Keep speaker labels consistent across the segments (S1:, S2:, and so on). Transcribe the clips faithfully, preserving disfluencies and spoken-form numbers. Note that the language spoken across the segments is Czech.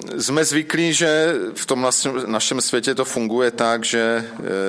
S1: jsme zvyklí, že v tom našem světě to funguje tak, že,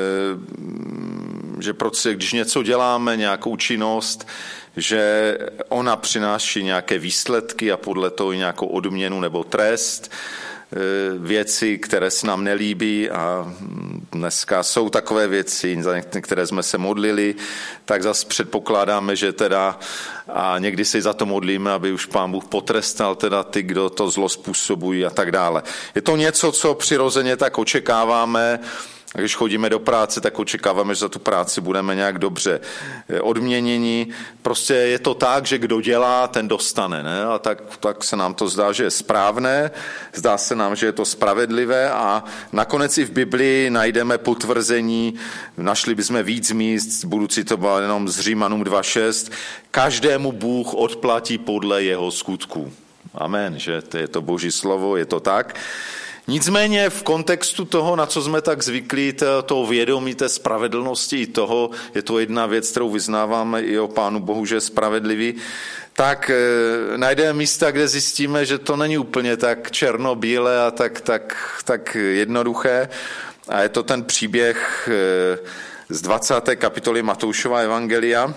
S1: že prostě, když něco děláme, nějakou činnost, že ona přináší nějaké výsledky a podle toho i nějakou odměnu nebo trest, věci, které se nám nelíbí a dneska jsou takové věci, za které jsme se modlili, tak zase předpokládáme, že teda a někdy se za to modlíme, aby už Pán Bůh potrestal teda ty, kdo to zlo způsobují a tak dále. Je to něco, co přirozeně tak očekáváme. A když chodíme do práce, tak očekáváme, že za tu práci budeme nějak dobře odměněni. Prostě je to tak, že kdo dělá, ten dostane. Ne? A tak, tak se nám to zdá, že je správné, zdá se nám, že je to spravedlivé a nakonec i v Biblii najdeme potvrzení, našli bychom víc míst, budu citovat jenom z Římanům dva šest, každému Bůh odplatí podle jeho skutků. Amen, že to je to Boží slovo, je to tak. Nicméně v kontextu toho, na co jsme tak zvyklí, toho vědomí té spravedlnosti i toho, je to jedna věc, kterou vyznáváme i o Pánu Bohu, že je spravedlivý, tak e, najdeme místa, kde zjistíme, že to není úplně tak černobílé a tak, tak, tak jednoduché. A je to ten příběh e, z dvacáté kapitoly Matoušova evangelia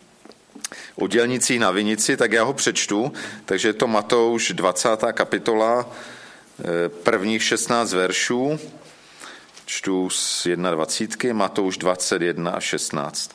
S1: o dělnicích na vinici, tak já ho přečtu. Takže je to Matouš dvacátá kapitola, prvních šestnáct veršů, čtu z dvacítky jedna, Matouš dvacet jedna a šestnáct.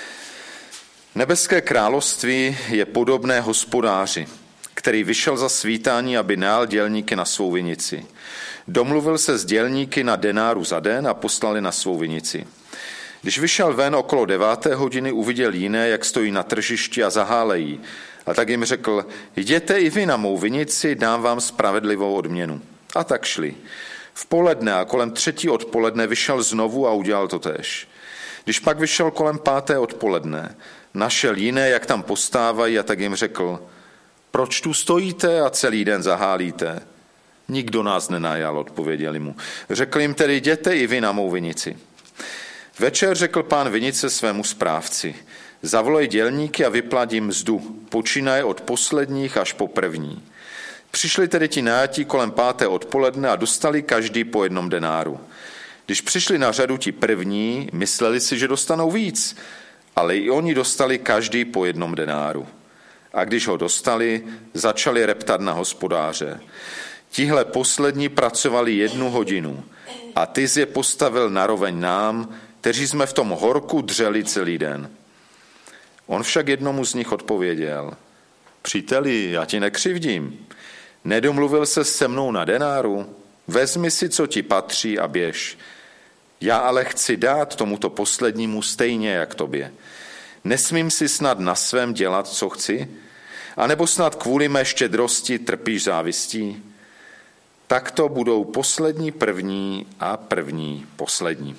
S1: Nebeské království je podobné hospodáři, který vyšel za svítání, aby najal dělníky na svou vinici. Domluvil se s dělníky na denáru za den a poslali na svou vinici. Když vyšel ven okolo deváté hodiny, uviděl jiné, jak stojí na tržišti a zahálejí. A tak jim řekl, jděte i vy na mou vinici, dám vám spravedlivou odměnu. A tak šli. V poledne a kolem třetí odpoledne vyšel znovu a udělal to též. Když pak vyšel kolem páté odpoledne, našel jiné, jak tam postávají, a tak jim řekl, proč tu stojíte a celý den zahálíte? Nikdo nás nenajal, odpověděli mu. Řekl jim tedy, jděte i vy na mou vinici. Večer řekl pán vinice svému správci, zavolej dělníky a vyplať jim mzdu, počínaje od posledních až po první. Přišli tedy ti najatí kolem páté odpoledne a dostali každý po jednom denáru. Když přišli na řadu ti první, mysleli si, že dostanou víc, ale i oni dostali každý po jednom denáru. A když ho dostali, začali reptat na hospodáře. Tihle poslední pracovali jednu hodinu a ty jsi je postavil naroveň nám, kteří jsme v tom horku dřeli celý den. On však jednomu z nich odpověděl, příteli, já ti nekřivdím. Nedomluvil se se mnou na denáru? Vezmi si, co ti patří a běž. Já ale chci dát tomuto poslednímu stejně jak tobě. Nesmím si snad na svém dělat, co chci? A nebo snad kvůli mé štědrosti trpíš závistí? Takto budou poslední první a první poslední.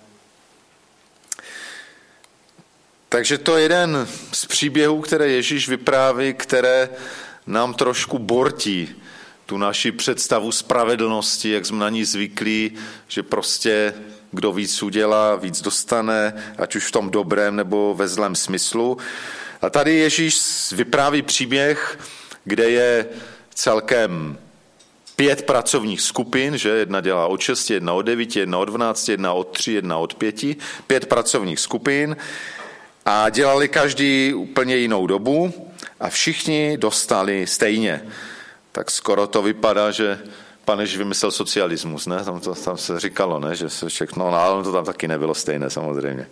S1: Takže to je jeden z příběhů, které Ježíš vypráví, které nám trošku bortí tu naši představu spravedlnosti, jak jsme na ní zvyklí, že prostě kdo víc udělá, víc dostane, ať už v tom dobrém nebo ve zlém smyslu. A tady Ježíš vypráví příběh, kde je celkem pět pracovních skupin, že jedna dělá od šesti, jedna od devíti, jedna od dvanácti, jedna od tří, jedna od pěti, pět pracovních skupin a dělali každý úplně jinou dobu a všichni dostali stejně. Tak skoro to vypadá, že pan Ježíš vymyslel socialismus, ne? Tam, to, tam se říkalo, ne? Že se všechno, no ale to tam taky nebylo stejné samozřejmě.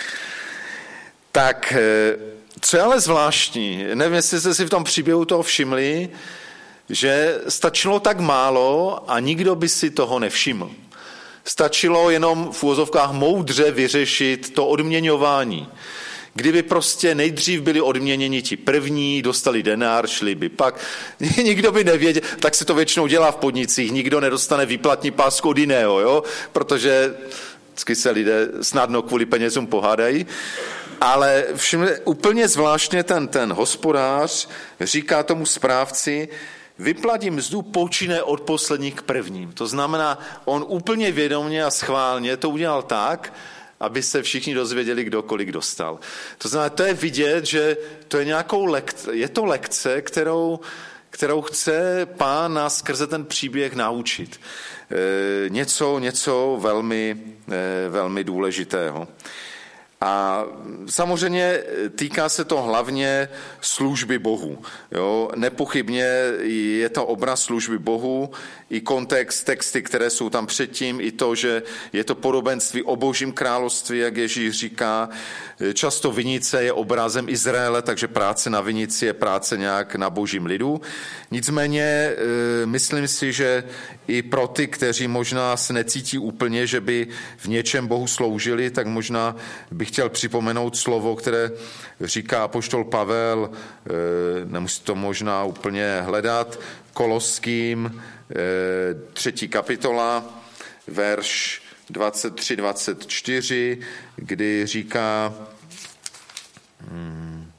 S1: Tak, co je ale zvláštní, nevím, jestli jste si v tom příběhu toho všimli, že stačilo tak málo a nikdo by si toho nevšiml. Stačilo jenom v úvozovkách moudře vyřešit to odměňování. Kdyby prostě nejdřív byli odměněni ti první, dostali denár, šli by pak. Nikdo by nevěděl, tak se to většinou dělá v podnicích, nikdo nedostane výplatní pásku od jiného, jo? Protože vždycky se lidé snadno kvůli penězům pohádají. Ale všimli, úplně zvláštně ten, ten hospodář říká tomu správci, vyplatí mzdu počíne od posledních k prvním. To znamená, on úplně vědomě a schválně to udělal tak, aby se všichni dozvěděli, kdo kolik dostal. To znamená, to je vidět, že to je nějakou lekce, je to lekce, kterou, kterou chce Pán nás skrze ten příběh naučit. Něco, něco velmi, velmi důležitého. A samozřejmě týká se to hlavně služby Bohu. Jo? Nepochybně je to obraz služby Bohu, i kontext, texty, které jsou tam předtím, i to, že je to podobenství o Božím království, jak Ježíš říká. Často vinice je obrazem Izraele, takže práce na vinici je práce nějak na Božím lidu. Nicméně myslím si, že i pro ty, kteří možná se necítí úplně, že by v něčem Bohu sloužili, tak možná bych chtěl připomenout slovo, které říká apoštol Pavel, nemusí to možná úplně hledat, Koloským, třetí kapitola, verš dvacet tři dvacet čtyři, kdy říká, hmm,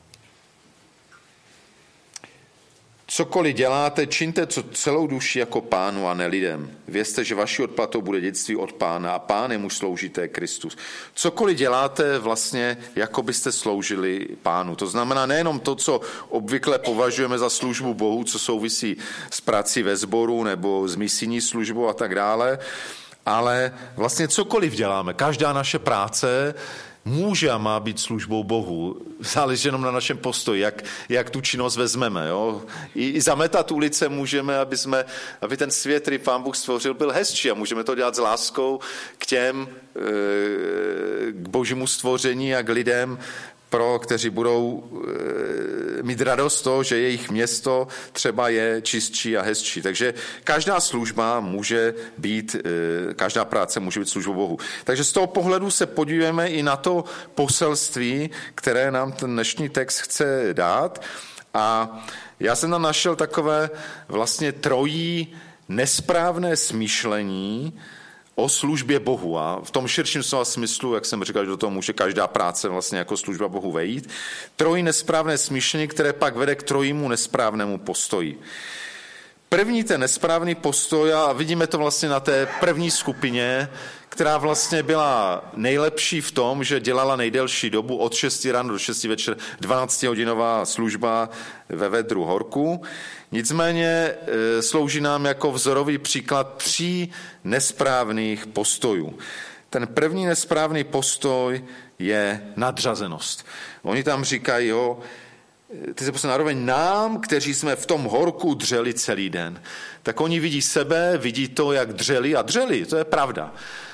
S1: cokoliv děláte, čiňte co celou duši jako Pánu a ne lidem. Vězte, že vaší odplatou bude dědictví od Pána a Pánem už sloužíte Kristus. Cokoliv děláte vlastně, jako byste sloužili Pánu. To znamená nejenom to, co obvykle považujeme za službu Bohu, co souvisí s prací ve sboru nebo s misijní službou a tak dále, ale vlastně cokoliv děláme, každá naše práce může a má být službou Bohu. Záleží jenom na našem postoji, jak, jak tu činnost vezmeme. Jo? I, I zametat ulice můžeme, aby, jsme, aby ten svět, který Pán Bůh stvořil, byl hezčí a můžeme to dělat s láskou k těm, k Božímu stvoření a k lidem, pro kteří budou mít radost toho, že jejich město třeba je čistší a hezčí. Takže každá služba může být, každá práce může být službou Bohu. Takže z toho pohledu se podíváme i na to poselství, které nám ten dnešní text chce dát. A já jsem tam našel takové vlastně trojí nesprávné smýšlení o službě Bohu. A v tom širším slova smyslu, jak jsem říkal, že do toho může každá práce vlastně jako služba Bohu vejít, trojí nesprávné smýšlení, které pak vede k trojímu nesprávnému postoji. První ten nesprávný postoj, a vidíme to vlastně na té první skupině, která vlastně byla nejlepší v tom, že dělala nejdelší dobu od šesti ráno do šesti večer, dvanáctihodinová služba ve Vedru Horku. Nicméně slouží nám jako vzorový příklad tří nesprávných postojů. Ten první nesprávný postoj je nadřazenost. Oni tam říkají, jo, ty se prostě naroveň nám, kteří jsme v tom horku dřeli celý den. Tak oni vidí sebe, vidí to, jak dřeli a dřeli, to je pravda.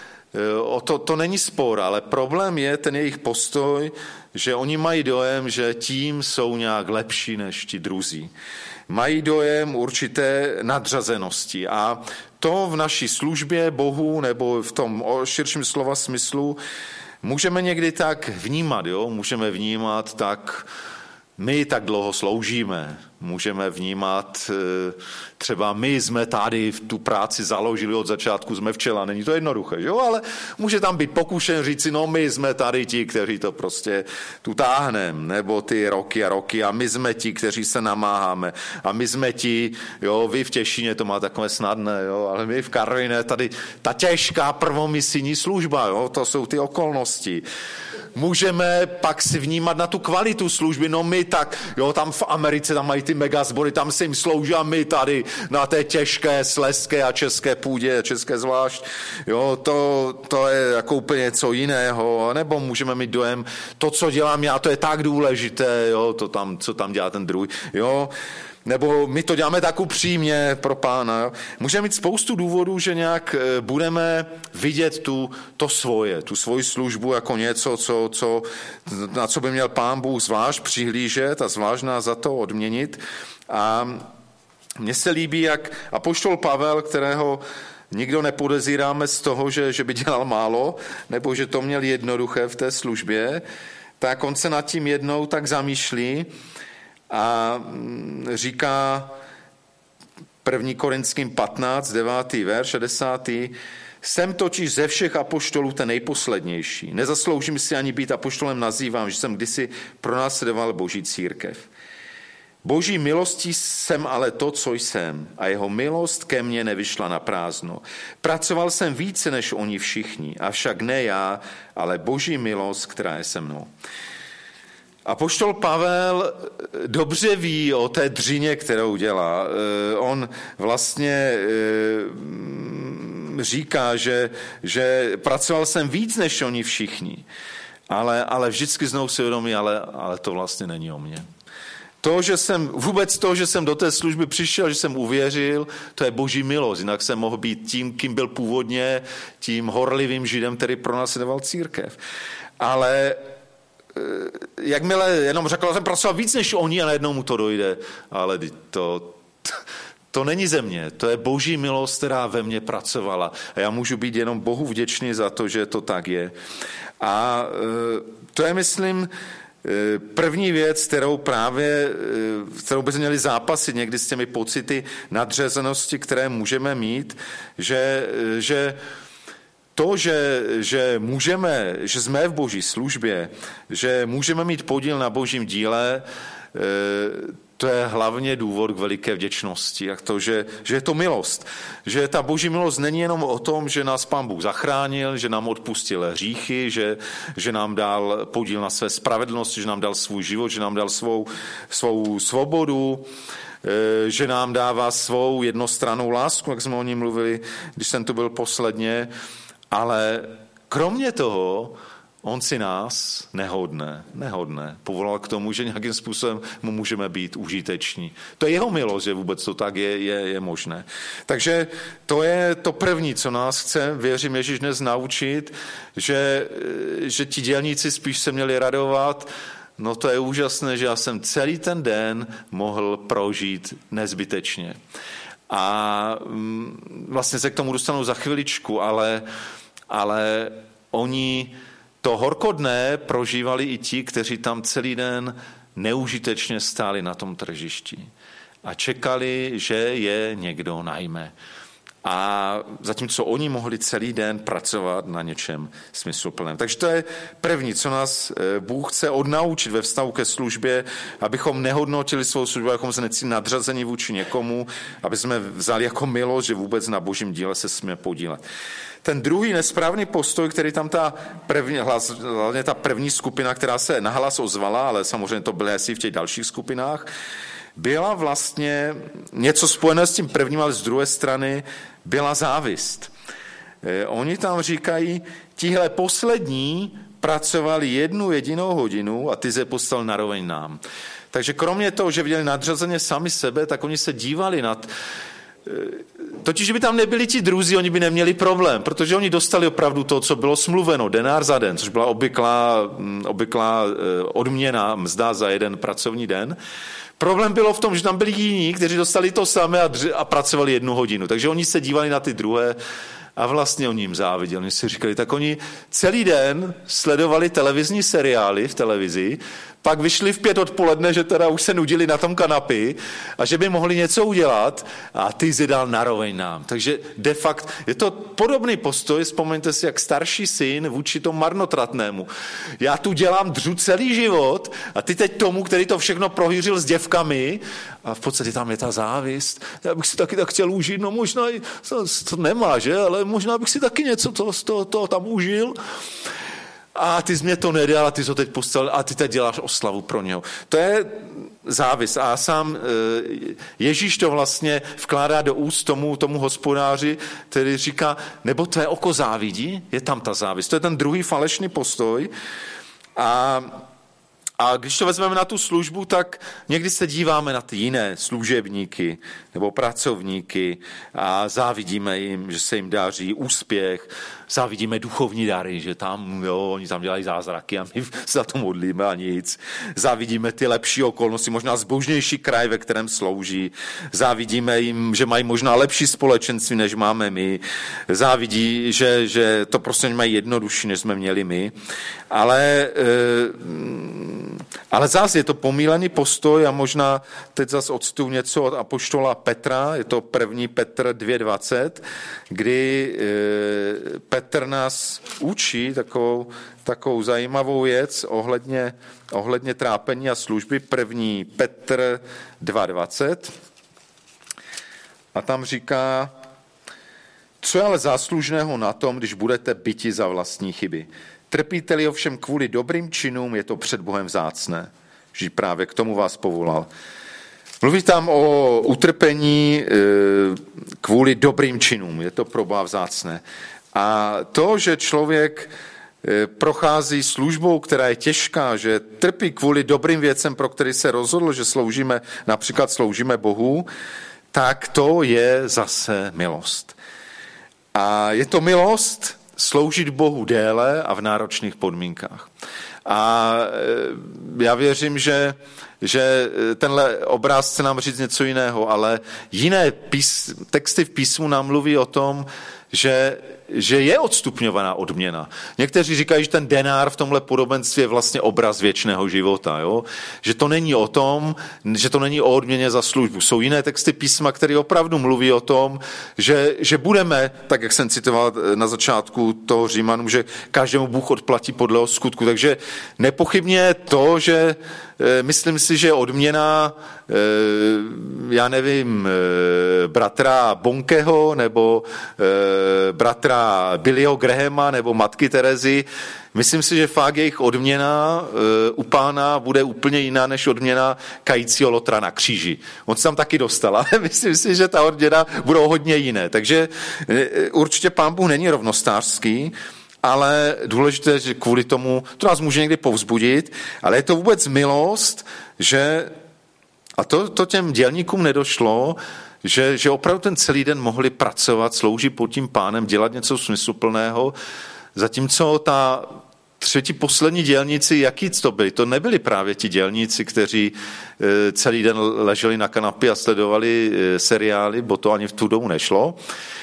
S1: O to, to není spor, ale problém je ten jejich postoj, že oni mají dojem, že tím jsou nějak lepší než ti druzí. Mají dojem určité nadřazenosti a to v naší službě Bohu nebo v tom širším slova smyslu můžeme někdy tak vnímat, jo? Můžeme vnímat tak, my tak dlouho sloužíme, můžeme vnímat, třeba my jsme tady v tu práci založili od začátku, jsme včela, není to jednoduché, jo? Ale může tam být pokušen říci, no my jsme tady ti, kteří to prostě tu táhneme, nebo ty roky a roky a my jsme ti, kteří se namáháme a my jsme ti, jo, vy v Těšíně to má takové snadné, jo, ale my v Karviné tady ta těžká prvomisijní služba, jo, to jsou ty okolnosti. Můžeme pak si vnímat na tu kvalitu služby, no my tak, jo, tam v Americe tam mají ty megazbory, tam se jim slouží a my tady na té těžké slezské a české půdě, české zvlášť, jo, to, to je jako úplně něco jiného, nebo můžeme mít dojem, to, co dělám já, to je tak důležité, jo, to tam, co tam dělá ten druhý, jo, nebo my to děláme tak upřímně pro Pána. Jo? Můžeme mít spoustu důvodů, že nějak budeme vidět tu, to svoje, tu svoji službu jako něco, co, co, na co by měl Pán Bůh zvlášť přihlížet a zvlášť nás za to odměnit. A mně se líbí, jak apoštol Pavel, kterého nikdo nepodezíráme z toho, že, že by dělal málo, nebo že to měl jednoduché v té službě, tak on se nad tím jednou tak zamýšlí, a říká první Korinským patnáct, devátý verš, šedesátý Jsem totiž ze všech apoštolů ten nejposlednější. Nezasloužím si ani být apoštolem, nazývám, že jsem kdysi pronásledoval Boží církev. Boží milostí jsem ale to, co jsem, a jeho milost ke mně nevyšla na prázdno. Pracoval jsem více než oni všichni, avšak ne já, ale Boží milost, která je se mnou. Apoštol Pavel dobře ví o té dřině, kterou dělá. On vlastně říká, že, že pracoval jsem víc než oni všichni, ale, ale vždycky znovu si uvědomí, ale, ale to vlastně není o mně. To, že jsem, vůbec to, že jsem do té služby přišel, že jsem uvěřil, to je boží milost, jinak jsem mohl být tím, kým byl původně, tím horlivým Židem, který pronásledoval církev. Ale jakmile jenom řekl, že jsem pracoval víc než oni a najednou mu to dojde, ale to, to není ze mě, to je boží milost, která ve mně pracovala a já můžu být jenom Bohu vděčný za to, že to tak je. A to je, myslím, první věc, kterou právě, kterou bychom měli zápasit někdy s těmi pocity nadřazenosti, které můžeme mít, že, že to, že, že můžeme, že jsme v boží službě, že můžeme mít podíl na božím díle, to je hlavně důvod k veliké vděčnosti. A to, že, že je to milost. Že ta boží milost není jenom o tom, že nás Pán Bůh zachránil, že nám odpustil hříchy, že, že nám dal podíl na své spravedlnosti, že nám dal svůj život, že nám dal svou, svou svobodu, že nám dává svou jednostrannou lásku, jak jsme o ní mluvili, když jsem tu byl posledně. Ale kromě toho, on si nás nehodné, nehodné povolal k tomu, že nějakým způsobem mu můžeme být užiteční. To je jeho milost, že vůbec to tak je, je, je možné. Takže to je to první, co nás chce, věřím, Ježíš dnes naučit, že, že ti dělníci spíš se měli radovat. No to je úžasné, že já jsem celý ten den mohl prožít nezbytečně. A vlastně se k tomu dostanu za chviličku, ale, ale oni to horkodné prožívali i ti, kteří tam celý den neužitečně stáli na tom tržišti a čekali, že je někdo najme. A zatímco oni mohli celý den pracovat na něčem smysluplném. Takže to je první, co nás Bůh chce odnaučit ve vztahu ke službě, abychom nehodnotili svou službu, abychom se necítili nadřazení vůči někomu, aby jsme vzali jako milost, že vůbec na božím díle se smíme podílet. Ten druhý nesprávný postoj, který tam ta první, hlavně ta první skupina, která se nahlas ozvala, ale samozřejmě to byly asi v těch dalších skupinách, byla vlastně něco spojené s tím prvním, ale z druhé strany byla závist. Oni tam říkají, tihle poslední pracovali jednu jedinou hodinu a ty se postal naroveň nám. Takže kromě toho, že viděli nadřazeně sami sebe, tak oni se dívali nad... Totiž, že by tam nebyli ti druzí, oni by neměli problém, protože oni dostali opravdu to, co bylo smluveno, denár za den, což byla obvyklá, obvyklá odměna, mzda za jeden pracovní den. Problém bylo v tom, že tam byli jiní, kteří dostali to samé a, dři- a pracovali jednu hodinu. Takže oni se dívali na ty druhé a vlastně oni jim záviděli. Oni si říkali, tak oni celý den sledovali televizní seriály v televizi, pak vyšli v pět odpoledne, že teda už se nudili na tom kanapi a že by mohli něco udělat a ty jsi dal naroveň nám. Takže de facto je to podobný postoj, vzpomeňte si, jak starší syn vůči tomu marnotratnému. Já tu dělám dřu celý život a ty teď tomu, který to všechno prohýřil s děvkami a v podstatě tam je ta závist. Já bych si taky tak chtěl užít, no možná to, to nemá, že? Ale možná bych si taky něco toho, toho, toho tam užil. A ty jsi mě to nedal a ty jsi ho teď postavil a ty teď děláš oslavu pro něho. To je závis a sám Ježíš to vlastně vkládá do úst tomu, tomu hospodáři, který říká, nebo tvé oko závidí, je tam ta závis. To je ten druhý falešný postoj a A když to vezmeme na tu službu, tak někdy se díváme na ty jiné služebníky nebo pracovníky a závidíme jim, že se jim daří úspěch, závidíme duchovní dary, že tam, jo, oni tam dělají zázraky a my se za to modlíme a nic. Závidíme ty lepší okolnosti, možná zbožnější kraj, ve kterém slouží. Závidíme jim, že mají možná lepší společenství, než máme my. Závidí, že, že to prostě mají jednodušší, než jsme měli my. Ale... E, Ale zase je to pomílený postoj a možná teď zase odstup něco od apoštola Petra, je to první Petr dvě dvacet, kdy Petr nás učí takovou, takovou zajímavou věc ohledně, ohledně trápení a služby. První Petr dva dvacet a tam říká, co je ale záslužného na tom, když budete byti za vlastní chyby. Trpíte-li ovšem kvůli dobrým činům, je to před Bohem vzácné. Že právě k tomu vás povolal. Mluví tam o utrpení kvůli dobrým činům. Je to pro Boha vzácné. A to, že člověk prochází službou, která je těžká, že trpí kvůli dobrým věcem, pro který se rozhodl, že sloužíme, například sloužíme Bohu, tak to je zase milost. A je to milost sloužit Bohu déle a v náročných podmínkách. A já věřím, že, že tenhle obráz chce nám říct něco jiného, ale jiné pís, texty v písmu nám mluví o tom, že, že je odstupňovaná odměna. Někteří říkají, že ten denár v tomhle podobenství je vlastně obraz věčného života. Jo? Že to není o tom, že to není o odměně za službu. Jsou jiné texty písma, které opravdu mluví o tom, že, že budeme, tak jak jsem citoval na začátku toho Římanů, že každému Bůh odplatí podle jeho skutku. Takže nepochybně to, že myslím si, že odměna, já nevím, bratra Bonkeho nebo bratra Billyho Grahama nebo matky Terezy, myslím si, že fakt jejich odměna u Pána bude úplně jiná než odměna kajícího lotra na kříži. On se tam taky dostal, ale myslím si, že ta odměna budou hodně jiné. Takže určitě Pán Bůh není rovnostářský, ale důležité, že kvůli tomu, to nás může někdy povzbudit, ale je to vůbec milost, že, a to, to těm dělníkům nedošlo, že, že opravdu ten celý den mohli pracovat, sloužit pod tím Pánem, dělat něco smysluplného, zatímco ta třetí poslední dělníci, jaký to byli? To nebyli právě ti dělníci, kteří celý den leželi na kanapě a sledovali seriály, bo to ani v tu dobu nešlo.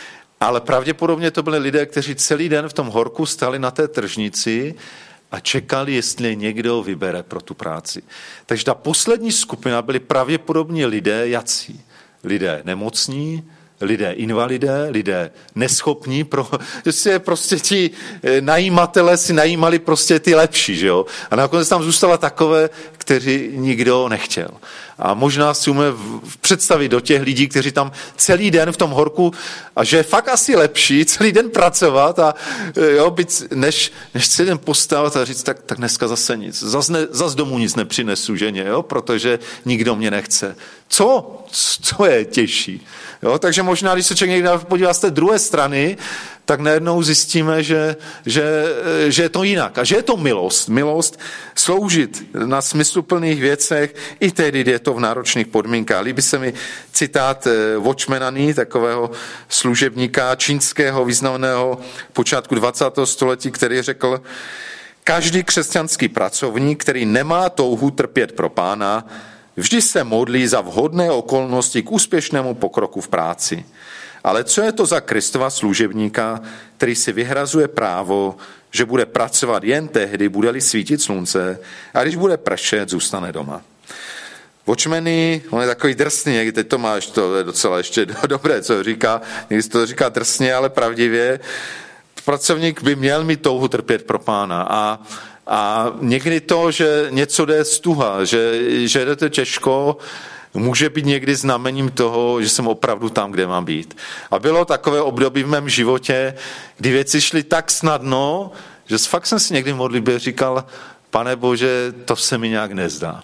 S1: Ale pravděpodobně to byli lidé, kteří celý den v tom horku stali na té tržnici a čekali, jestli někdo vybere pro tu práci. Takže ta poslední skupina byli pravděpodobně lidé jací. Lidé nemocní, lidé invalidé, lidé neschopní, pro, že prostě ti najímatele si najímali prostě ty lepší, že jo? A nakonec tam zůstala takové, kteří nikdo nechtěl. A možná si umíme představit do těch lidí, kteří tam celý den v tom horku, a že je fakt asi lepší celý den pracovat a jo, být, než, než celý den postávat a říct, tak, tak dneska zase nic. Zas, ne, zas domů nic nepřinesu ženě, jo, protože nikdo mě nechce. Co? Co je těžší? Jo, takže možná, když se člověk někdy podívá z té druhé strany, tak najednou zjistíme, že, že, že je to jinak. A že je to milost. Milost sloužit na smysluplných věcech, i tehdy je to v náročných podmínkách. Líbí se mi citát Watchmana, takového služebníka čínského významného počátku dvacátého století, který řekl, každý křesťanský pracovník, který nemá touhu trpět pro Pána, vždy se modlí za vhodné okolnosti k úspěšnému pokroku v práci. Ale co je to za Kristova služebníka, který si vyhrazuje právo, že bude pracovat jen tehdy, bude-li svítit slunce, a když bude pršet, zůstane doma. Watchmany, on je takový drsný, někdy teď to máš, to je docela ještě dobré, co říká, někdy to říká drsně, ale pravdivě. Pracovník by měl mít touhu trpět pro Pána a A někdy to, že něco jde stuha, že, že jde to těžko, může být někdy znamením toho, že jsem opravdu tam, kde mám být. A bylo takové období v mém životě, kdy věci šly tak snadno, že fakt jsem si někdy v modlitbě říkal, Pane Bože, to se mi nějak nezdá.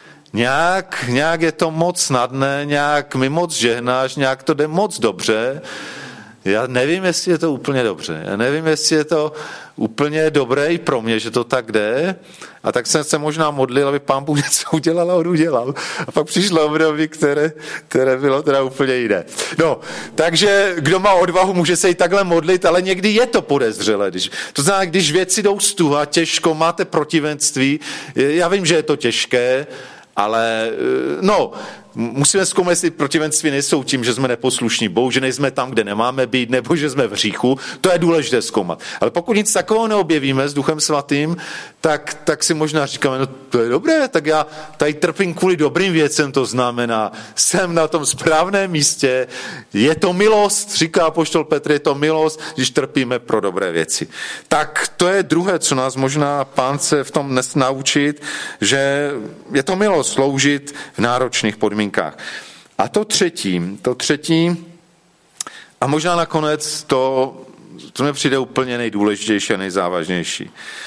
S1: Nějak, nějak je to moc snadné, nějak mi moc žehnáš, nějak to jde moc dobře. Já nevím, jestli je to úplně dobře. Já nevím, jestli je to úplně dobré i pro mě, že to tak jde. A tak jsem se možná modlil, aby Pán Bůh něco udělal a on udělal. A pak přišlo období, které, které bylo teda úplně jiné. No, takže kdo má odvahu, může se i takhle modlit, ale někdy je to podezřelé. Když, to znamená, když věci jdou stuha, těžko, máte protivenství, já vím, že je to těžké, ale no, musíme zkoumat, jestli protivenství nejsou tím, že jsme neposlušní Bohu, že nejsme tam, kde nemáme být, nebo že jsme v hříchu. To je důležité zkoumat. Ale pokud nic takového neobjevíme s Duchem Svatým, tak, tak si možná říkáme, no to je dobré, tak já tady trpím kvůli dobrým věcem, to znamená, jsem na tom správném místě, je to milost, říká apoštol Petr, je to milost, když trpíme pro dobré věci. Tak to je druhé, co nás možná Pán chce v tom dnes naučit, že je to milost sloužit v náročných podmínkách. A to třetí, to třetí, a možná nakonec to to mi přijde úplně nejdůležitější a nejzávažnější.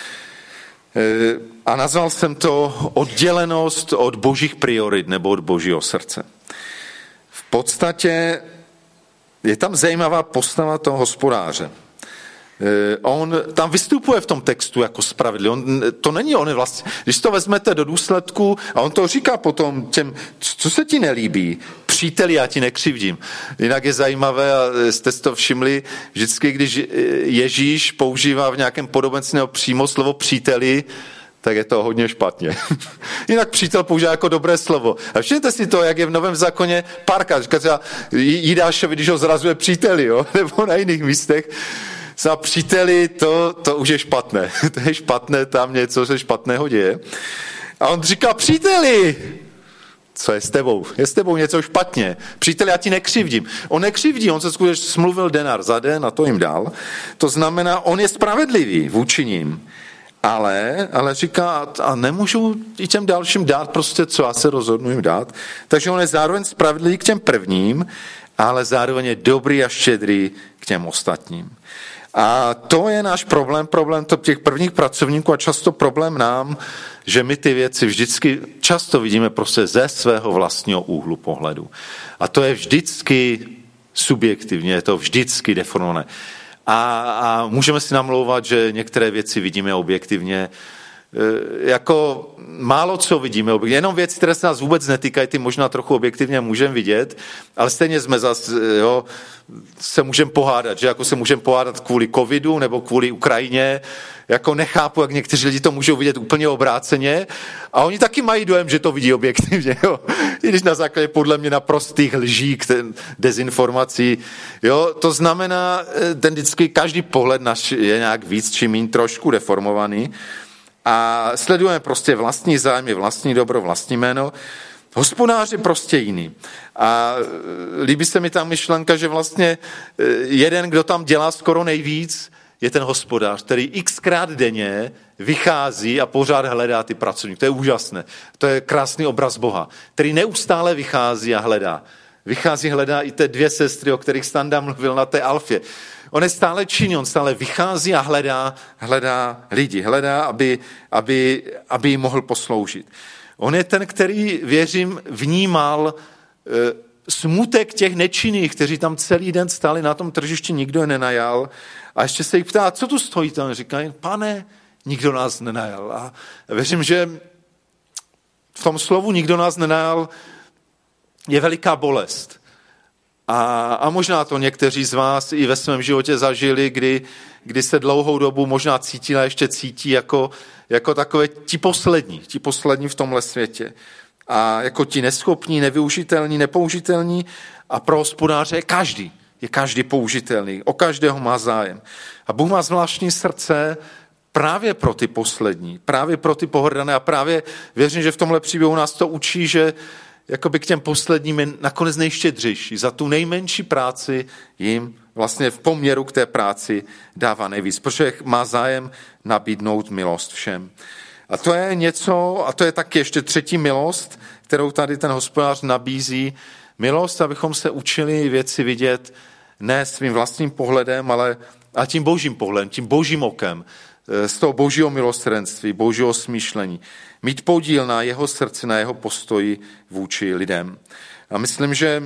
S1: A nazval jsem to oddělenost od božích priorit nebo od božího srdce. V podstatě je tam zajímavá postava toho hospodáře. On tam vystupuje v tom textu jako spravedlivý. On, to není on vlastně. Když to vezmete do důsledku, a on to říká potom těm, co se ti nelíbí, příteli, já ti nekřivdím. Jinak je zajímavé, a jste si to všimli, vždycky, když Ježíš používá v nějakém podobenství nebo přímo slovo příteli, tak je to hodně špatně. Jinak přítel používá jako dobré slovo. A všimněte si to, jak je v Novém zákoně párka. Říká třeba Jidášovi, když ho zrazuje příteli, jo? Nebo na jiných místech. Za příteli, to, to už je špatné. To je špatné, tam něco se špatného děje. A on říká, příteli, co je s tebou? Je s tebou něco špatně. Příteli, já ti nekřivdím. On nekřivdí, on se skutečně smluvil denar za den a to jim dal. To znamená, on je spravedlivý vůči nim. Ale, ale říká, a nemůžu i těm dalším dát prostě, co já se rozhodnu jim dát. Takže on je zároveň spravedlivý k těm prvním, ale zároveň je dobrý a štědrý k těm ostatním. A to je náš problém, problém to těch prvních pracovníků a často problém nám, že my ty věci vždycky často vidíme prostě ze svého vlastního úhlu pohledu. A to je vždycky subjektivně, je to vždycky deformované. A, a můžeme si namlouvat, že některé věci vidíme objektivně, jako málo co vidíme, jenom věci, které se nás vůbec netýkají, ty možná trochu objektivně můžeme vidět, ale stejně jsme zase, jo, se můžeme pohádat, že jako se můžeme pohádat kvůli covidu nebo kvůli Ukrajině, jako nechápu, jak někteří lidi to můžou vidět úplně obráceně a oni taky mají dojem, že to vidí objektivně, jo. I když na základě podle mě naprostých lží, dezinformací, jo, to znamená, ten vždycky každý pohled náš je nějak víc či míň trošku deformovaný. A sledujeme prostě vlastní zájmy, vlastní dobro, vlastní jméno. Hospodář je prostě jiný. A líbí se mi ta myšlenka, že vlastně jeden, kdo tam dělá skoro nejvíc, je ten hospodář, který xkrát denně vychází a pořád hledá ty pracovníky. To je úžasné. To je krásný obraz Boha, který neustále vychází a hledá. Vychází, hledá i ty dvě sestry, o kterých Standa mluvil na té Alfě. On je stále činný, on stále vychází a hledá, hledá lidi, hledá, aby, aby, aby jim mohl posloužit. On je ten, který, věřím, vnímal e, smutek těch nečinných, kteří tam celý den stáli na tom tržišti, nikdo je nenajal. A ještě se jich ptá, co tu stojíte? On říká, pane, nikdo nás nenajal. A věřím, že v tom slovu nikdo nás nenajal je veliká bolest. A, a možná to někteří z vás i ve svém životě zažili, kdy, kdy se dlouhou dobu možná cítila, ještě cítí jako, jako takové ti poslední, ti poslední v tomhle světě. A jako ti neschopní, nevyužitelní, nepoužitelní a pro hospodáře je každý, je každý použitelný, o každého má zájem. A Bůh má zvláštní srdce právě pro ty poslední, právě pro ty pohrdané a právě věřím, že v tomhle příběhu nás to učí, že jakoby k těm posledním je nakonec nejštědřejší. Za tu nejmenší práci jim vlastně v poměru k té práci dává nejvíc, protože má zájem nabídnout milost všem. A to je něco, a to je taky ještě třetí milost, kterou tady ten hospodář nabízí. Milost, abychom se učili věci vidět ne svým vlastním pohledem, ale a tím božím pohledem, tím božím okem, z toho božího milosrdenství, božího smýšlení. Mít podíl na jeho srdci, na jeho postoji vůči lidem. A myslím, že,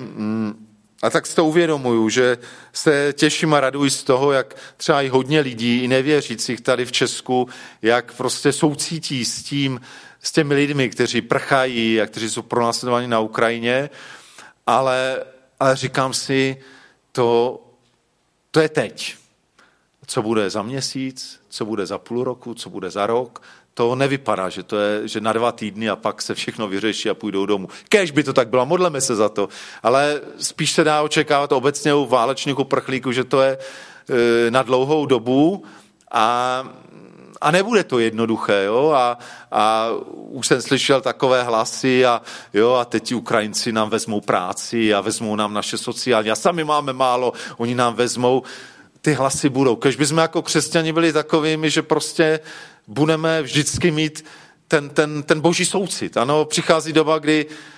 S1: a tak si to uvědomuju, že se těším a raduji z toho, jak třeba i hodně lidí, i nevěřících tady v Česku, jak prostě soucítí s tím, s těmi lidmi, kteří prchají a kteří jsou pronásledováni na Ukrajině, ale, ale říkám si, to, to je teď. Co bude za měsíc, co bude za půl roku, co bude za rok, to nevypadá, že to je, že na dva týdny a pak se všechno vyřeší a půjdou domů. Kéž by to tak bylo, modleme se za to, ale spíš se dá očekávat obecně u válečných uprchlíků, že to je e, na dlouhou dobu a, a nebude to jednoduché. Jo? A, a už jsem slyšel takové hlasy a, jo, a teď ti Ukrajinci nám vezmou práci a vezmou nám naše sociální a sami máme málo, oni nám vezmou. Ty hlasy budou. Kež bychom jako křesťani byli takovými, že prostě budeme vždycky mít ten, ten, ten boží soucit. Ano, přichází doba, kdy,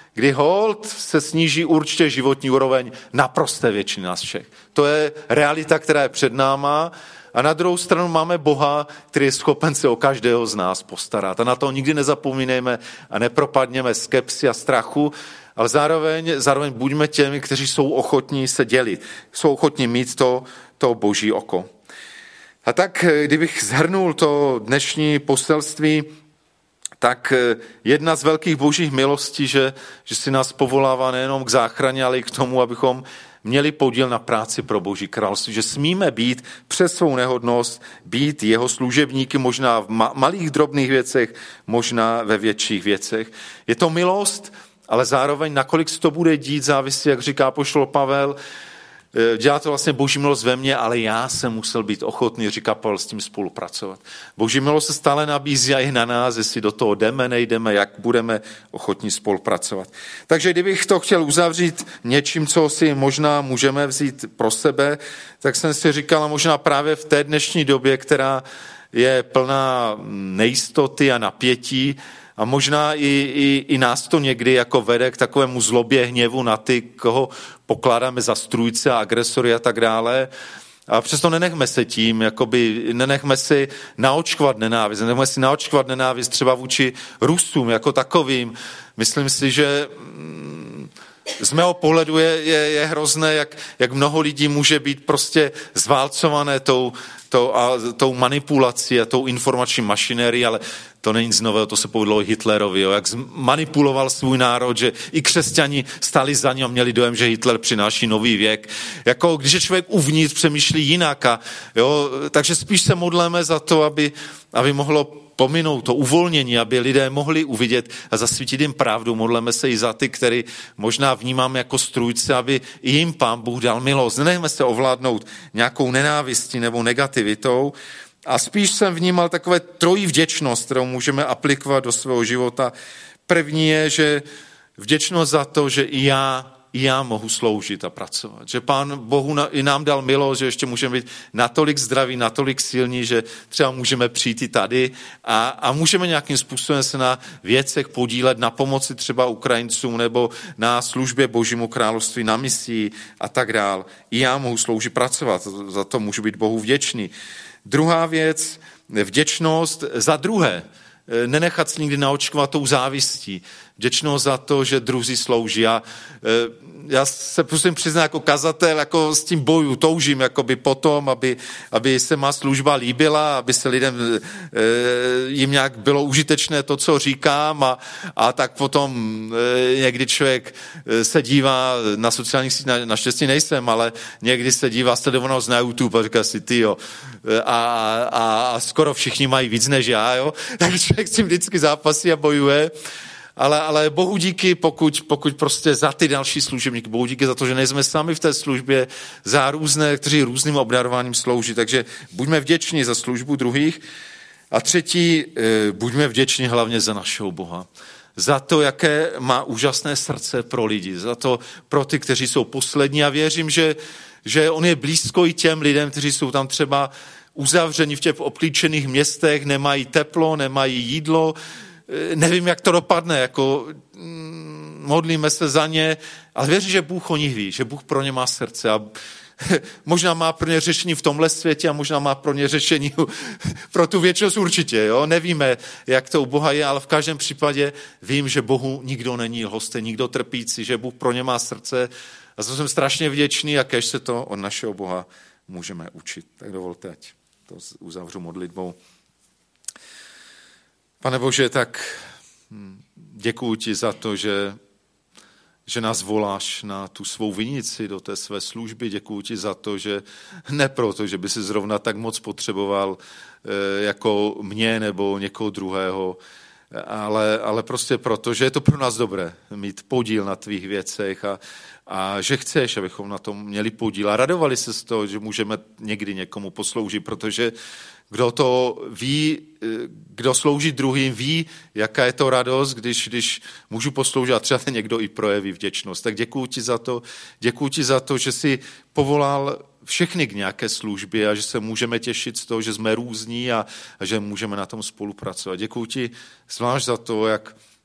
S1: kdy holt se sníží určitě životní úroveň naprosté většiny nás všech. To je realita, která je před náma. A na druhou stranu máme Boha, který je schopen se o každého z nás postarat. A na to nikdy nezapomínejme a nepropadněme skepsi a strachu, ale zároveň, zároveň buďme těmi, kteří jsou ochotní se dělit. Jsou ochotní mít to, to boží oko. A tak, kdybych shrnul to dnešní poselství, tak jedna z velkých božích milostí, že, že si nás povolává nejenom k záchraně, ale i k tomu, abychom měli podíl na práci pro Boží království, že smíme být přes svou nehodnost, být jeho služebníky možná v ma- malých drobných věcech, možná ve větších věcech. Je to milost, ale zároveň nakolik se to bude dít, závisí, jak říká apoštol Pavel, dělá to vlastně Boží milost ve mně, ale já jsem musel být ochotný, říká Pavel, s tím spolupracovat. Boží milost se stále nabízí i na nás, jestli do toho jdeme, nejdeme, jak budeme ochotní spolupracovat. Takže kdybych to chtěl uzavřít něčím, co si možná můžeme vzít pro sebe, tak jsem si říkal, možná právě v té dnešní době, která je plná nejistoty a napětí, a možná i, i, i nás to někdy jako vede k takovému zlobě, hněvu na ty, koho pokládáme za strůjce a agresory a tak dále. A přesto nenechme se tím, jakoby, nenechme si naočkovat nenávist. Nenechme si naočkovat nenávist třeba vůči Rusům jako takovým. Myslím si, že z mého pohledu je, je, je hrozné, jak, jak mnoho lidí může být prostě zválcované tou, tou, a, tou manipulací a tou informační mašinérií, ale to není nic nového, to se povedlo i Hitlerovi, jo, jak manipuloval svůj národ, že i křesťani stali za ním a měli dojem, že Hitler přináší nový věk. Jako když je člověk uvnitř, přemýšlí jinak. A, jo, takže spíš se modleme za to, aby, aby mohlo pominout to uvolnění, aby lidé mohli uvidět a zasvítit jim pravdu. Modleme se i za ty, který možná vnímáme jako strůjce, aby i jim Pán Bůh dal milost. Nenechme se ovládnout nějakou nenávistí nebo negativitou. A spíš jsem vnímal takové trojí vděčnost, kterou můžeme aplikovat do svého života. První je, že vděčnost za to, že i já, i já mohu sloužit a pracovat. Že Pán Bohu i nám dal milost, že ještě můžeme být natolik zdraví, natolik silní, že třeba můžeme přijít i tady a, a můžeme nějakým způsobem se na věcech podílet, na pomoci třeba Ukrajincům nebo na službě Božímu království, na misii a tak dál. I já mohu sloužit, pracovat, za to můžu být Bohu vděčný. Druhá věc, vděčnost za druhé. Nenechat se nikdy naočkovat tou závistí. Vděčnost za to, že druzí slouží. Já, já se musím přiznat jako kazatel, jako s tím boju, toužím jakoby potom, aby, aby se má služba líbila, aby se lidem jim nějak bylo užitečné to, co říkám a, a tak potom někdy člověk se dívá na sociálních sítích, na, naštěstí nejsem, ale někdy se dívá sledovanost na YouTube a říká si, tyjo, a, a, a skoro všichni mají víc než já, jo? Takže člověk s tím vždycky zápasí a bojuje. Ale, ale Bohu díky, pokud, pokud prostě za ty další služebníky, Bohu díky za to, že nejsme sami v té službě, za různé, kteří různým obdarováním slouží. Takže buďme vděční za službu druhých. A třetí, buďme vděční hlavně za našeho Boha. Za to, jaké má úžasné srdce pro lidi. Za to pro ty, kteří jsou poslední. A věřím, že, že on je blízko i těm lidem, kteří jsou tam třeba uzavřeni v těch obklíčených městech, nemají teplo, nemají jídlo. Nevím, jak to dopadne, jako modlíme se za ně, ale věřím, že Bůh o nich ví, že Bůh pro ně má srdce a možná má pro ně řešení v tomhle světě a možná má pro ně řešení pro tu věčnost určitě, jo? Nevíme, jak to u Boha je, ale v každém případě vím, že Bohu nikdo není lhostejný, nikdo trpící, že Bůh pro ně má srdce a za to jsem strašně vděčný a kéž se to od našeho Boha můžeme učit. Tak dovolte, ať to uzavřu modlitbou. Pane Bože, tak děkuji ti za to, že, že nás voláš na tu svou vinici do té své služby. Děkuji ti za to, že ne proto, že by si zrovna tak moc potřeboval jako mě nebo někoho druhého, ale, ale prostě proto, že je to pro nás dobré mít podíl na tvých věcech a, a že chceš, abychom na tom měli podíl a radovali se z toho, že můžeme někdy někomu posloužit, protože kdo to ví, kdo slouží druhým, ví, jaká je to radost, když, když můžu posloužit a třeba někdo i projeví vděčnost. Tak děkuji ti za to, děkuji ti za to, že jsi povolal všechny k nějaké službě a že se můžeme těšit z toho, že jsme různí a, a že můžeme na tom spolupracovat. Děkuji ti zvlášť za to, jak,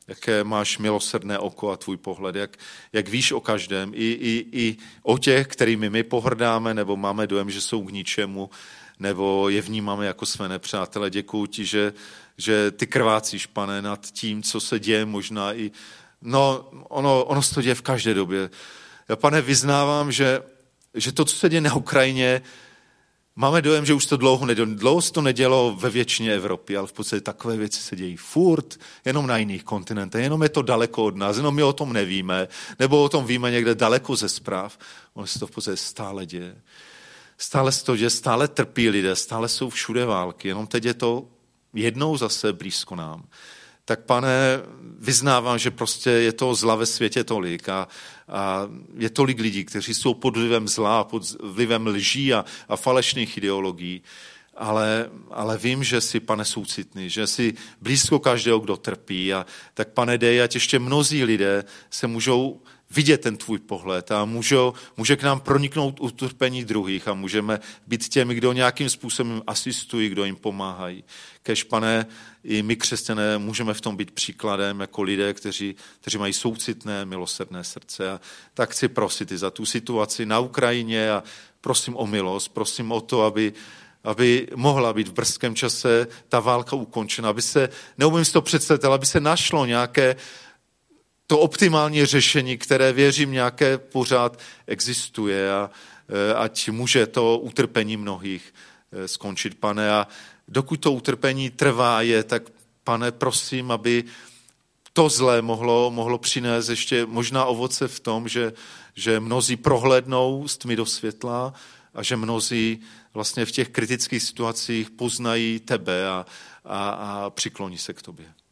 S1: jaké máš milosrdné oko a tvůj pohled, jak, jak víš o každém, i, i, i o těch, kterými my pohrdáme, nebo máme dojem, že jsou k ničemu, nebo je vnímáme jako své nepřátele. Děkuju ti, že, že ty krvácíš, Pane, nad tím, co se děje možná i, no ono, ono se to děje v každé době. Já, Pane, vyznávám, že, že to, co se děje na Ukrajině, máme dojem, že už to dlouho nedělo. Dlouho se to nedělo ve většině Evropy, ale v podstatě takové věci se dějí furt, jenom na jiných kontinentech, jenom je to daleko od nás, jenom my o tom nevíme, nebo o tom víme někde daleko ze zpráv. Ono se to v podstatě stále děje. Stále se to děje, stále trpí lidé, stále jsou všude války, jenom teď je to jednou zase blízko nám. Tak, Pane, vyznávám, že prostě je toho zla ve světě tolik a, a je tolik lidí, kteří jsou pod vlivem zla, pod vlivem lží a, a falešných ideologií, ale, ale vím, že jsi, Pane, soucitný, že jsi blízko každého, kdo trpí a tak, Pane, dej, ať ještě mnozí lidé se můžou vidět ten tvůj pohled a můžou, může k nám proniknout utrpení druhých a můžeme být těmi, kdo nějakým způsobem asistují, kdo jim pomáhají. Kež, Pane, i my křesťané můžeme v tom být příkladem jako lidé, kteří, kteří mají soucitné, milosrdné srdce. A tak chci prosit i za tu situaci na Ukrajině a prosím o milost, prosím o to, aby aby mohla být v brzkém čase ta válka ukončena, aby se, neumím si to představit, ale aby se našlo nějaké to optimální řešení, které věřím nějaké pořád existuje a ať může to utrpení mnohých skončit, Pane. A dokud to utrpení trvá je, tak, Pane, prosím, aby to zlé mohlo, mohlo přinést ještě možná ovoce v tom, že, že mnozí prohlédnou z tmy do světla a že mnozí vlastně v těch kritických situacích poznají tebe a, a, a přikloní se k tobě.